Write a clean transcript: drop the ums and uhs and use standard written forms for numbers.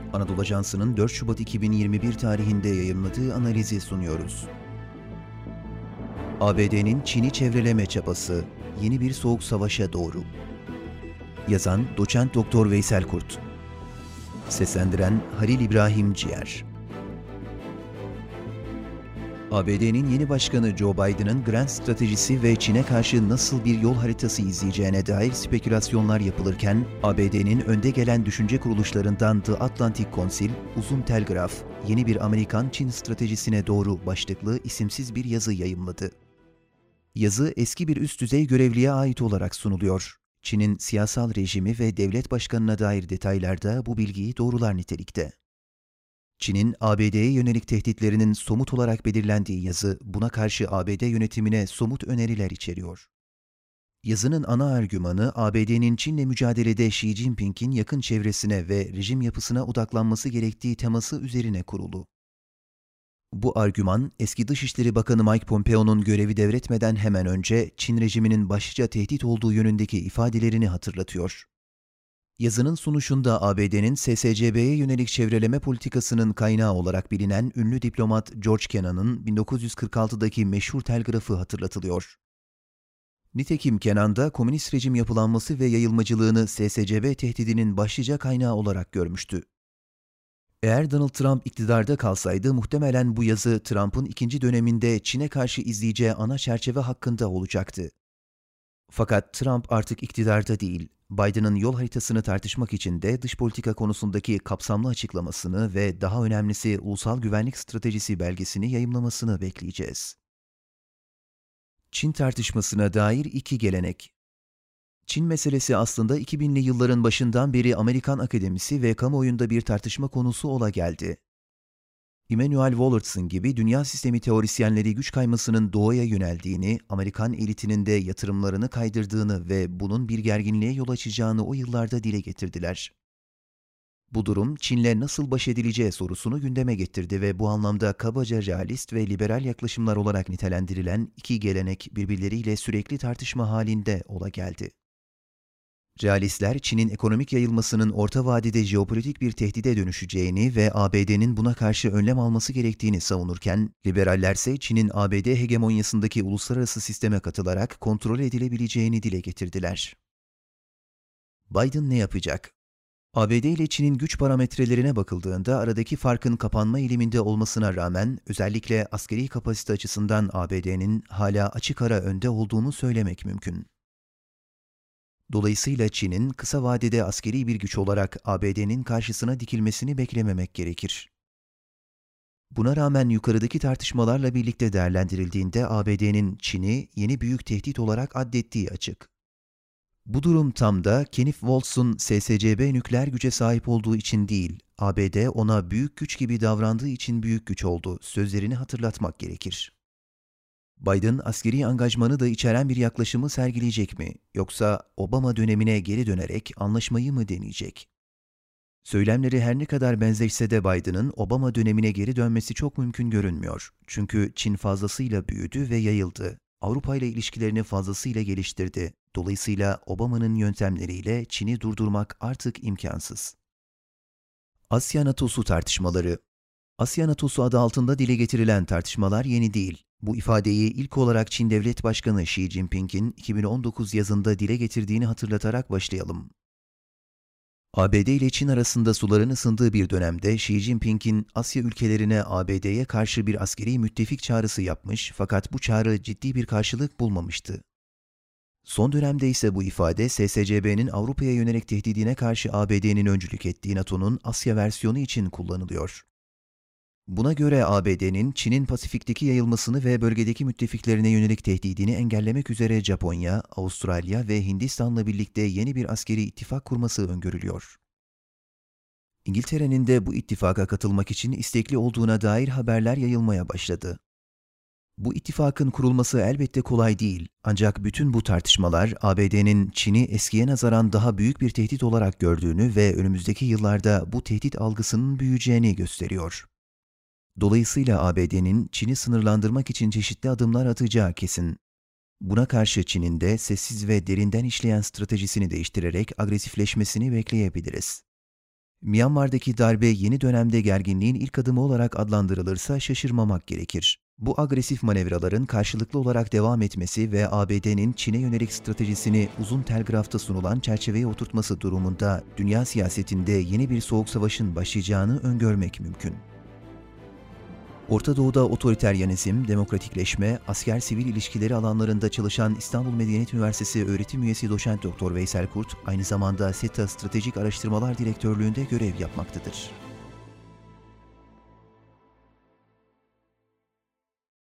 Anadolu Ajansı'nın 4 Şubat 2021 tarihinde yayımladığı analizi sunuyoruz. ABD'nin Çin'i çevreleme çabası, yeni bir soğuk savaşa doğru. Yazan Doçent Doktor Veysel Kurt. Seslendiren Halil İbrahim Ciğer. ABD'nin yeni başkanı Joe Biden'ın Grand stratejisi ve Çin'e karşı nasıl bir yol haritası izleyeceğine dair spekülasyonlar yapılırken, ABD'nin önde gelen düşünce kuruluşlarından The Atlantic Council, Uzun Telgraf, yeni bir Amerikan-Çin stratejisine doğru başlıklı isimsiz bir yazı yayımladı. Yazı eski bir üst düzey görevliye ait olarak sunuluyor. Çin'in siyasal rejimi ve devlet başkanına dair detaylarda bu bilgiyi doğrular nitelikte. Çin'in ABD'ye yönelik tehditlerinin somut olarak belirlendiği yazı, buna karşı ABD yönetimine somut öneriler içeriyor. Yazının ana argümanı, ABD'nin Çin'le mücadelede Xi Jinping'in yakın çevresine ve rejim yapısına odaklanması gerektiği teması üzerine kurulu. Bu argüman, eski Dışişleri Bakanı Mike Pompeo'nun görevi devretmeden hemen önce Çin rejiminin başlıca tehdit olduğu yönündeki ifadelerini hatırlatıyor. Yazının sunuşunda ABD'nin SSCB'ye yönelik çevreleme politikasının kaynağı olarak bilinen ünlü diplomat George Kennan'ın 1946'daki meşhur telgrafı hatırlatılıyor. Nitekim Kennan da komünist rejim yapılanması ve yayılmacılığını SSCB tehdidinin başlıca kaynağı olarak görmüştü. Eğer Donald Trump iktidarda kalsaydı muhtemelen bu yazı Trump'ın ikinci döneminde Çin'e karşı izleyeceği ana çerçeve hakkında olacaktı. Fakat Trump artık iktidarda değil, Biden'ın yol haritasını tartışmak için de dış politika konusundaki kapsamlı açıklamasını ve daha önemlisi ulusal güvenlik stratejisi belgesini yayımlamasını bekleyeceğiz. Çin tartışmasına dair iki gelenek. Çin meselesi aslında 2000'li yılların başından beri Amerikan akademisi ve kamuoyunda bir tartışma konusu ola geldi. Immanuel Wallerton gibi dünya sistemi teorisyenleri güç kaymasının doğuya yöneldiğini, Amerikan elitinin de yatırımlarını kaydırdığını ve bunun bir gerginliğe yol açacağını o yıllarda dile getirdiler. Bu durum, Çin'le nasıl baş edileceği sorusunu gündeme getirdi ve bu anlamda kabaca realist ve liberal yaklaşımlar olarak nitelendirilen iki gelenek birbirleriyle sürekli tartışma halinde ola geldi. Realistler, Çin'in ekonomik yayılmasının orta vadede jeopolitik bir tehdide dönüşeceğini ve ABD'nin buna karşı önlem alması gerektiğini savunurken, liberallerse Çin'in ABD hegemonyasındaki uluslararası sisteme katılarak kontrol edilebileceğini dile getirdiler. Biden ne yapacak? ABD ile Çin'in güç parametrelerine bakıldığında aradaki farkın kapanma eğiliminde olmasına rağmen özellikle askeri kapasite açısından ABD'nin hala açık ara önde olduğunu söylemek mümkün. Dolayısıyla Çin'in kısa vadede askeri bir güç olarak ABD'nin karşısına dikilmesini beklememek gerekir. Buna rağmen yukarıdaki tartışmalarla birlikte değerlendirildiğinde ABD'nin Çin'i yeni büyük tehdit olarak addettiği açık. Bu durum tam da Kenneth Waltz'un SSCB nükleer güce sahip olduğu için değil, ABD ona büyük güç gibi davrandığı için büyük güç oldu sözlerini hatırlatmak gerekir. Biden askeri angajmanı da içeren bir yaklaşımı sergileyecek mi, yoksa Obama dönemine geri dönerek anlaşmayı mı deneyecek? Söylemleri her ne kadar benzeşse de Biden'ın Obama dönemine geri dönmesi çok mümkün görünmüyor. Çünkü Çin fazlasıyla büyüdü ve yayıldı. Avrupa ile ilişkilerini fazlasıyla geliştirdi. Dolayısıyla Obama'nın yöntemleriyle Çin'i durdurmak artık imkansız. Asya NATO'su tartışmaları. Asya NATO'su adı altında dile getirilen tartışmalar yeni değil. Bu ifadeyi ilk olarak Çin Devlet Başkanı Xi Jinping'in 2019 yazında dile getirdiğini hatırlatarak başlayalım. ABD ile Çin arasında suların ısındığı bir dönemde Xi Jinping'in Asya ülkelerine ABD'ye karşı bir askeri müttefik çağrısı yapmış fakat bu çağrı ciddi bir karşılık bulmamıştı. Son dönemde ise bu ifade SSCB'nin Avrupa'ya yönelik tehdidine karşı ABD'nin öncülük ettiği NATO'nun Asya versiyonu için kullanılıyor. Buna göre ABD'nin Çin'in Pasifik'teki yayılmasını ve bölgedeki müttefiklerine yönelik tehdidini engellemek üzere Japonya, Avustralya ve Hindistan'la birlikte yeni bir askeri ittifak kurması öngörülüyor. İngiltere'nin de bu ittifaka katılmak için istekli olduğuna dair haberler yayılmaya başladı. Bu ittifakın kurulması elbette kolay değil, ancak bütün bu tartışmalar ABD'nin Çin'i eskiye nazaran daha büyük bir tehdit olarak gördüğünü ve önümüzdeki yıllarda bu tehdit algısının büyüyeceğini gösteriyor. Dolayısıyla ABD'nin Çin'i sınırlandırmak için çeşitli adımlar atacağı kesin. Buna karşı Çin'in de sessiz ve derinden işleyen stratejisini değiştirerek agresifleşmesini bekleyebiliriz. Myanmar'daki darbe yeni dönemde gerginliğin ilk adımı olarak adlandırılırsa şaşırmamak gerekir. Bu agresif manevraların karşılıklı olarak devam etmesi ve ABD'nin Çin'e yönelik stratejisini uzun telgrafta sunulan çerçeveye oturtması durumunda dünya siyasetinde yeni bir soğuk savaşın başlayacağını öngörmek mümkün. Orta Doğu'da otoriteryenizm, demokratikleşme, asker-sivil ilişkileri alanlarında çalışan İstanbul Medeniyet Üniversitesi öğretim üyesi doçent doktor Veysel Kurt, aynı zamanda SETA Stratejik Araştırmalar Direktörlüğü'nde görev yapmaktadır.